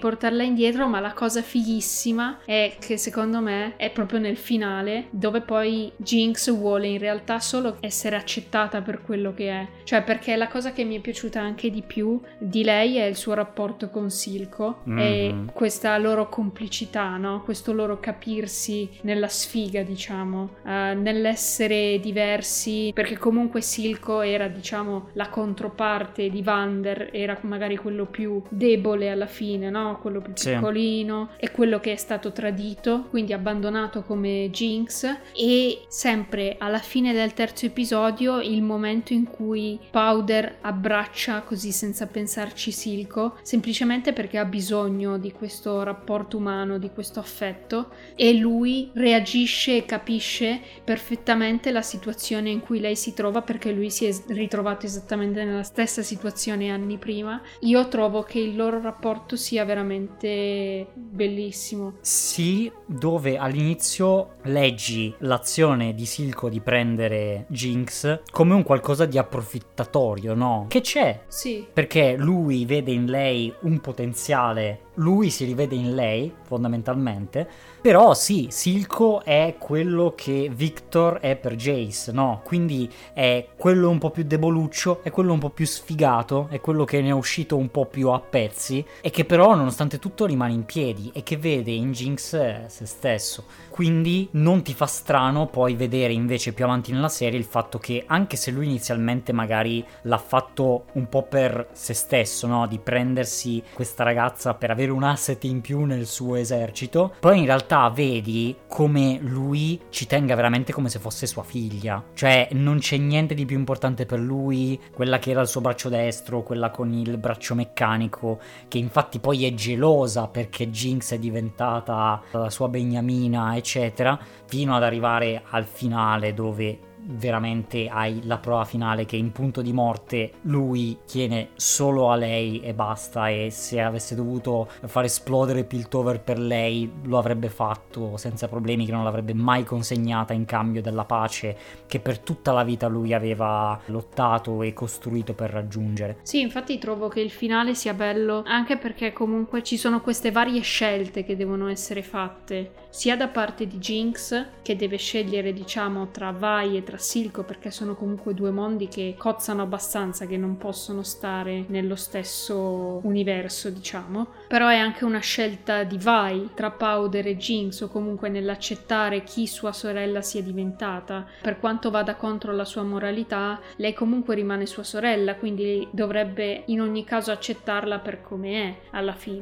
Ma la cosa fighissima è che secondo me è proprio nel finale, dove poi Jinx vuole in realtà solo essere accettata per quello che è. Cioè, perché la cosa che mi è piaciuta anche di più di lei è il suo rapporto con Silco e questa loro complicità, no? Questo loro capirsi nella sfiga, diciamo, nell'essere diversi, perché comunque Silco era, diciamo, la controparte di Vander, era magari quello più debole alla fine, no? Quello più piccolino, e quello che è stato tradito, quindi abbandonato come Jinx. E sempre alla fine del terzo episodio, il momento in cui Powder abbraccia così senza pensarci Silco, semplicemente perché ha bisogno di questo rapporto umano, di questo affetto, e lui reagisce e capisce perfettamente la situazione in cui lei si trova, perché lui si è ritrovato esattamente nella stessa situazione anni prima. Io trovo che il loro rapporto sia veramente bellissimo. Sì, dove all'inizio leggi l'azione di Silco di prendere Jinx come un qualcosa di approfittatorio, no? Che c'è. Sì. Perché lui vede in lei un potenziale, lui si rivede in lei fondamentalmente, però sì, Silco è quello che Victor è per Jace, no? Quindi è quello un po' più deboluccio, è quello un po' più sfigato, è quello che ne è uscito un po' più a pezzi e che però nonostante tutto rimane in piedi e che vede in Jinx se stesso. Quindi non ti fa strano poi vedere invece più avanti nella serie il fatto che anche se lui inizialmente magari l'ha fatto un po' per se stesso, no? Di prendersi questa ragazza per avere un asset in più nel suo esercito, poi in realtà vedi come lui ci tenga veramente come se fosse sua figlia. Cioè non c'è niente di più importante per lui, quella che era il suo braccio destro, quella con il braccio meccanico, che infatti poi è gelosa perché Jinx è diventata la sua beniamina, eccetera, fino ad arrivare al finale dove veramente hai la prova finale che in punto di morte lui tiene solo a lei e basta, e se avesse dovuto far esplodere Piltover per lei lo avrebbe fatto senza problemi, che non l'avrebbe mai consegnata in cambio della pace che per tutta la vita lui aveva lottato e costruito per raggiungere. Sì, infatti trovo che il finale sia bello anche perché comunque ci sono queste varie scelte che devono essere fatte, sia da parte di Jinx, che deve scegliere, diciamo, tra Vi e tra Silco, perché sono comunque due mondi che cozzano abbastanza, che non possono stare nello stesso universo, diciamo. Però è anche una scelta di Vi tra Powder e Jinx, o comunque nell'accettare chi sua sorella sia diventata. Per quanto vada contro la sua moralità, lei comunque rimane sua sorella, quindi dovrebbe in ogni caso accettarla per come è alla fine, no?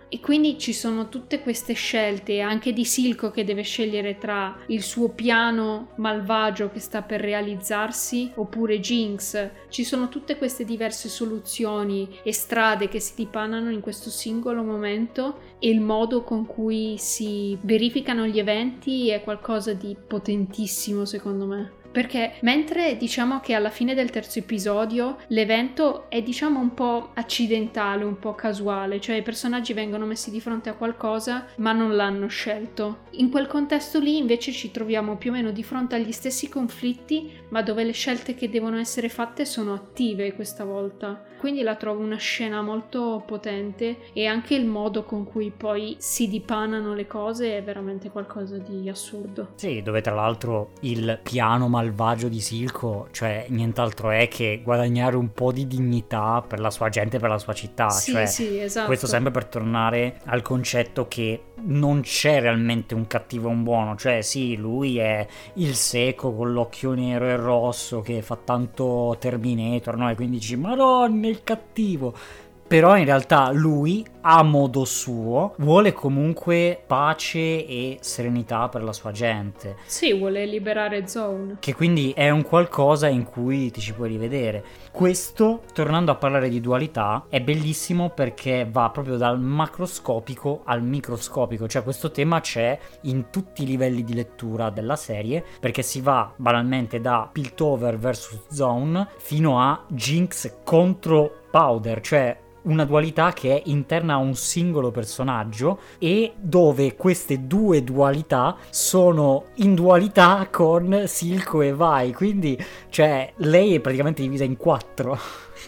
E quindi ci sono tutte queste scelte, anche di Silco che deve scegliere tra il suo piano malvagio che sta per realizzarsi oppure Jinx. Ci sono tutte queste diverse soluzioni e strade che si dipanano in questo singolo momento, e il modo con cui si verificano gli eventi è qualcosa di potentissimo secondo me. Perché mentre diciamo che alla fine del terzo episodio l'evento è diciamo un po' accidentale, un po' casuale, cioè i personaggi vengono messi di fronte a qualcosa ma non l'hanno scelto. In quel contesto lì invece ci troviamo più o meno di fronte agli stessi conflitti, ma dove le scelte che devono essere fatte sono attive questa volta. Quindi la trovo una scena molto potente, e anche il modo con cui poi si dipanano le cose è veramente qualcosa di assurdo. Sì, dove tra l'altro il piano malvagio di Silco, cioè nient'altro è che guadagnare un po' di dignità per la sua gente, per la sua città. Sì, cioè, sì, esatto. questo sempre per tornare al concetto che non c'è realmente un cattivo e un buono, cioè sì, lui è il seco con l'occhio nero e rosso che fa tanto Terminator, no? E quindi dici, madonna, il cattivo. Però in realtà lui, a modo suo, vuole comunque pace e serenità per la sua gente. Sì, vuole liberare Zone. Che quindi è un qualcosa in cui ti ci puoi rivedere. Questo, tornando a parlare di dualità, è bellissimo perché va proprio dal macroscopico al microscopico. Cioè questo tema c'è in tutti i livelli di lettura della serie, perché si va banalmente da Piltover vs Zone fino a Jinx contro Powder, cioè una dualità che è interna a un singolo personaggio, e dove queste due dualità sono in dualità con Silco e Vi, quindi cioè lei è praticamente divisa in 4.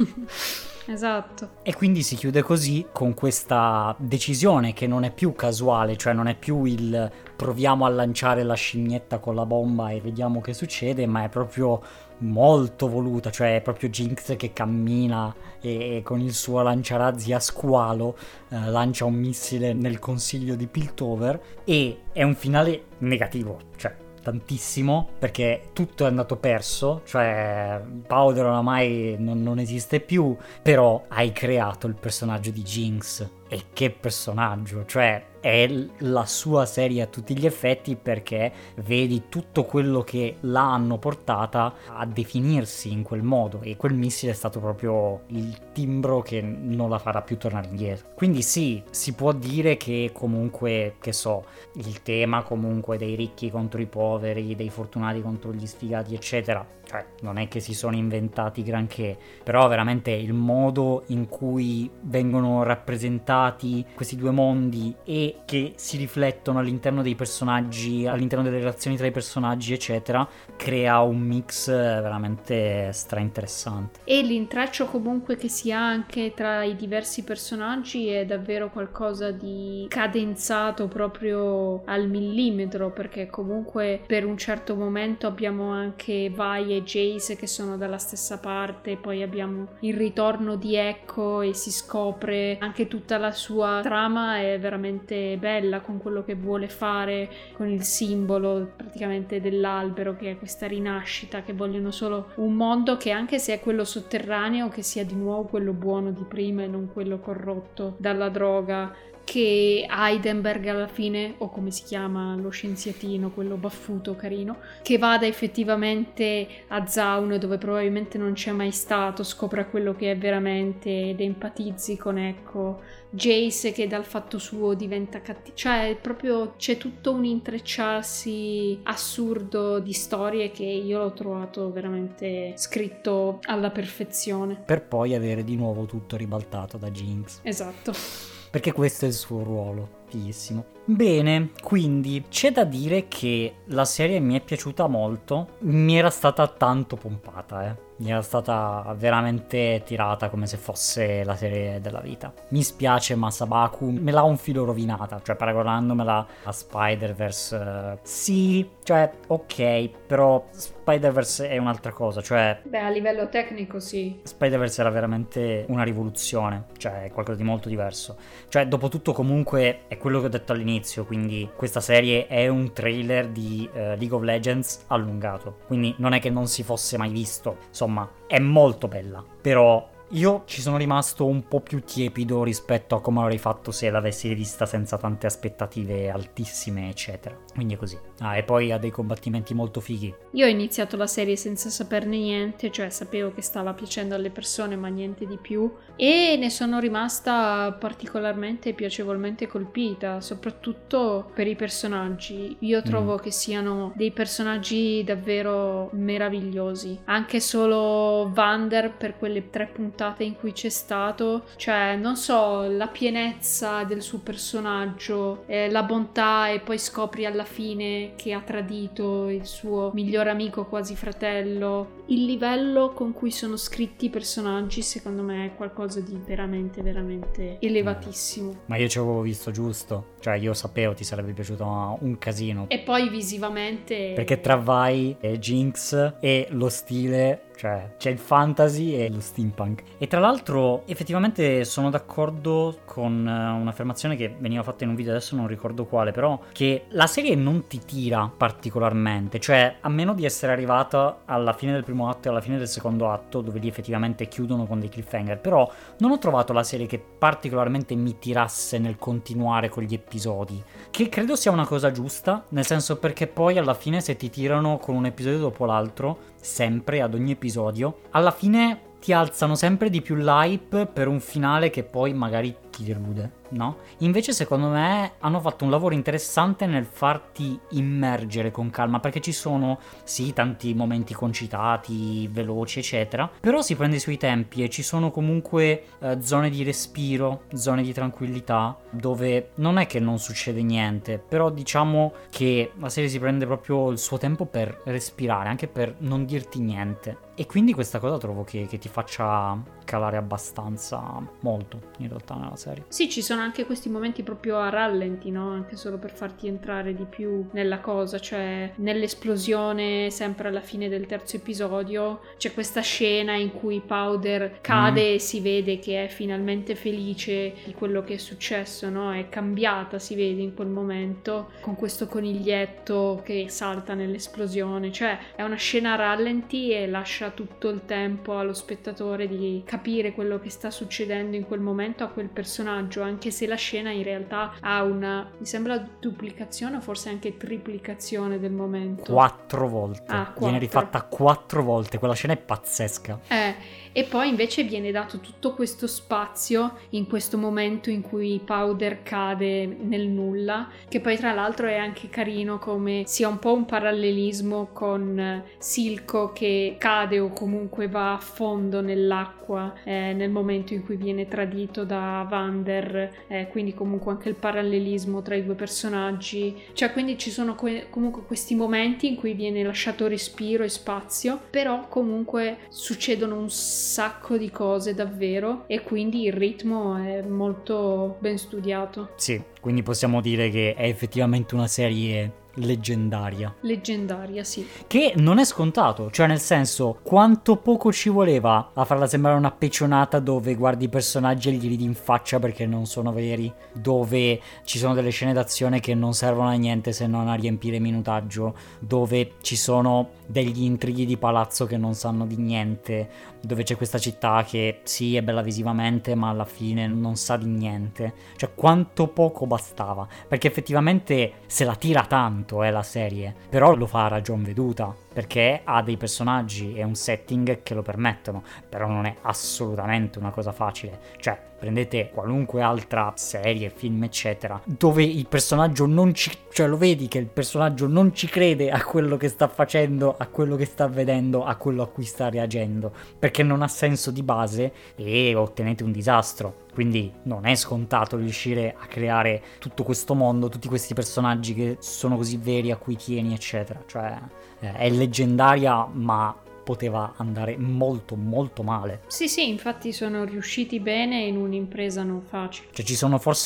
Esatto. E quindi si chiude così con questa decisione che non è più casuale, cioè non è più il proviamo a lanciare la scimmietta con la bomba e vediamo che succede, ma è proprio molto voluta, cioè è proprio Jinx che cammina e con il suo lanciarazzi a squalo lancia un missile nel consiglio di Piltover, e è un finale negativo, cioè tantissimo, perché tutto è andato perso, cioè Powder oramai non esiste più, però hai creato il personaggio di Jinx, e che personaggio, cioè è la sua serie a tutti gli effetti, perché vedi tutto quello che l'hanno portata a definirsi in quel modo, e quel missile è stato proprio il timbro che non la farà più tornare indietro. Quindi sì, si può dire che comunque, che so, il tema comunque dei ricchi contro i poveri, dei fortunati contro gli sfigati eccetera, cioè non è che si sono inventati granché, però veramente il modo in cui vengono rappresentati questi due mondi e che si riflettono all'interno dei personaggi, all'interno delle relazioni tra i personaggi eccetera, crea un mix veramente strainteressante. E l'intreccio comunque che si ha anche tra i diversi personaggi è davvero qualcosa di cadenzato proprio al millimetro, perché comunque per un certo momento abbiamo anche Vi e Jace che sono dalla stessa parte, poi abbiamo il ritorno di Echo e si scopre anche tutta la sua trama è veramente bella con quello che vuole fare, con il simbolo praticamente dell'albero che è questa rinascita, che vogliono solo un mondo che, anche se è quello sotterraneo, che sia di nuovo quello buono di prima e non quello corrotto dalla droga, che Heidenberg alla fine, o come si chiama lo scienziatino, quello baffuto carino, che vada effettivamente a Zaun dove probabilmente non c'è mai stato, scopra quello che è veramente ed empatizzi con Echo, Jace che dal fatto suo diventa cattivo, cioè proprio c'è tutto un intrecciarsi assurdo di storie che io l'ho trovato veramente scritto alla perfezione, per poi avere di nuovo tutto ribaltato da Jinx. Esatto. Perché questo è il suo ruolo, fighissimo. Bene, quindi c'è da dire che la serie mi è piaciuta molto, mi era stata tanto pompata, mi era stata veramente tirata come se fosse la serie della vita. Mi spiace, ma Sabaku me l'ha un filo rovinata, cioè paragonandomela a Spider-Verse, sì, cioè ok, però Spider-Verse è un'altra cosa, cioè Beh, a livello tecnico sì. Spider-Verse era veramente una rivoluzione, cioè è qualcosa di molto diverso. Cioè, dopo tutto comunque è quello che ho detto all'inizio, quindi questa serie è un trailer di League of Legends allungato, quindi non è che non si fosse mai visto, insomma, è molto bella, però io ci sono rimasto un po' più tiepido rispetto a come avrei fatto se l'avessi rivista senza tante aspettative altissime, eccetera. Quindi è così. E poi ha dei combattimenti molto fighi. Io ho iniziato la serie senza saperne niente, cioè sapevo che stava piacendo alle persone ma niente di più, e ne sono rimasta particolarmente piacevolmente colpita, soprattutto per i personaggi. Io trovo che siano dei personaggi davvero meravigliosi, anche solo Vander per quelle 3 puntate in cui c'è stato, cioè non so, la pienezza del suo personaggio, la bontà, e poi scopri alla fine che ha tradito il suo migliore amico, quasi fratello. Il livello con cui sono scritti i personaggi secondo me è qualcosa di veramente veramente elevatissimo. Ma io ci avevo visto giusto, cioè io sapevo ti sarebbe piaciuto un casino. E poi visivamente, perché tra Vi e Jinx e lo stile, cioè c'è il fantasy e lo steampunk. E tra l'altro effettivamente sono d'accordo con un'affermazione che veniva fatta in un video, adesso non ricordo quale, però che la serie non ti tira particolarmente, cioè a meno di essere arrivata alla fine del primo atto e alla fine del secondo atto, dove lì effettivamente chiudono con dei cliffhanger, però non ho trovato la serie che particolarmente mi tirasse nel continuare con gli episodi, che credo sia una cosa giusta, nel senso, perché poi alla fine se ti tirano con un episodio dopo l'altro, sempre ad ogni episodio, alla fine ti alzano sempre di più l'hype per un finale che poi magari ti delude, no? Invece secondo me hanno fatto un lavoro interessante nel farti immergere con calma, perché ci sono sì tanti momenti concitati, veloci eccetera, però si prende i suoi tempi e ci sono comunque zone di respiro, zone di tranquillità, dove non è che non succede niente, però diciamo che la serie si prende proprio il suo tempo per respirare, anche per non dirti niente, e quindi questa cosa trovo che ti faccia calare abbastanza, molto in realtà nella serie. Sì, ci sono anche questi momenti proprio a rallenti, no? Anche solo per farti entrare di più nella cosa, cioè nell'esplosione sempre alla fine del terzo episodio c'è questa scena in cui Powder cade e si vede che è finalmente felice di quello che è successo, no? È cambiata, si vede in quel momento, con questo coniglietto che salta nell'esplosione, cioè è una scena a rallenti e lascia tutto il tempo allo spettatore di capire quello che sta succedendo in quel momento a quel personaggio, anche se la scena in realtà ha una, mi sembra, duplicazione o forse anche triplicazione del momento. 4 volte. Viene rifatta 4 volte, quella scena è pazzesca. E poi invece viene dato tutto questo spazio in questo momento in cui Powder cade nel nulla, che poi tra l'altro è anche carino come sia un po' un parallelismo con Silco che cade o comunque va a fondo nell'acqua nel momento in cui viene tradito da Vander, quindi comunque anche il parallelismo tra i due personaggi, cioè quindi ci sono comunque questi momenti in cui viene lasciato respiro e spazio, però comunque succedono un sacco di cose davvero, e quindi il ritmo è molto ben studiato. Sì, quindi possiamo dire che è effettivamente una serie leggendaria, sì, che non è scontato, cioè nel senso, quanto poco ci voleva a farla sembrare una peccionata dove guardi i personaggi e gli ridi in faccia perché non sono veri, dove ci sono delle scene d'azione che non servono a niente se non a riempire minutaggio, dove ci sono degli intrighi di palazzo che non sanno di niente, dove c'è questa città che sì è bella visivamente ma alla fine non sa di niente, cioè quanto poco bastava, perché effettivamente se la tira tanto la serie, però lo fa a ragion veduta, perché ha dei personaggi e un setting che lo permettono, però non è assolutamente una cosa facile, cioè prendete qualunque altra serie, film eccetera, dove il personaggio non ci, cioè lo vedi che il personaggio non ci crede a quello che sta facendo, a quello che sta vedendo, a quello a cui sta reagendo, perché non ha senso di base e ottenete un disastro. Quindi non è scontato riuscire a creare tutto questo mondo, tutti questi personaggi che sono così veri, a cui tieni eccetera, cioè è leggendaria ma poteva andare molto molto male. Sì, infatti sono riusciti bene in un'impresa non facile. Cioè ci sono forse un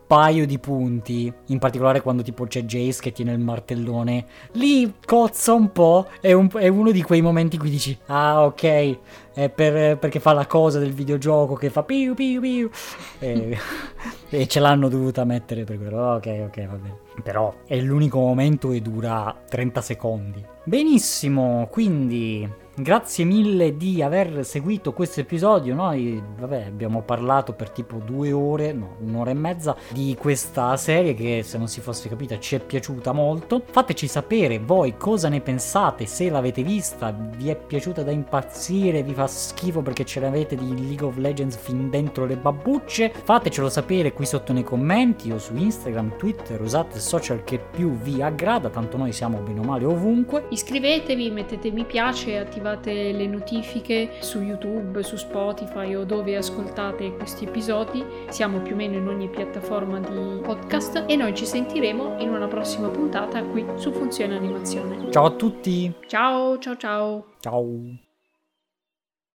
paio di punti, in particolare quando tipo c'è Jace che tiene il martellone, lì cozza un po', è uno di quei momenti in cui dici ah ok, è perché fa la cosa del videogioco che fa piu piu piu e ce l'hanno dovuta mettere per quello. Ok, va bene. Però è l'unico momento e dura 30 secondi. Benissimo, quindi grazie mille di aver seguito questo episodio. Noi, abbiamo parlato per tipo 2 ore, no, 1 ora e mezza di questa serie che, se non si fosse capita, ci è piaciuta molto. Fateci sapere voi cosa ne pensate, se l'avete vista, vi è piaciuta da impazzire, vi fa schifo perché ce l'avete di League of Legends fin dentro le babbucce. Fatecelo sapere qui sotto nei commenti o su Instagram, Twitter, usate il social che più vi aggrada, tanto noi siamo bene o male ovunque. Iscrivetevi, mettete mi piace, attivate le notifiche su YouTube, su Spotify o dove ascoltate questi episodi. Siamo più o meno in ogni piattaforma di podcast e noi ci sentiremo in una prossima puntata qui su Funzione Animazione. Ciao a tutti! Ciao. Ciao!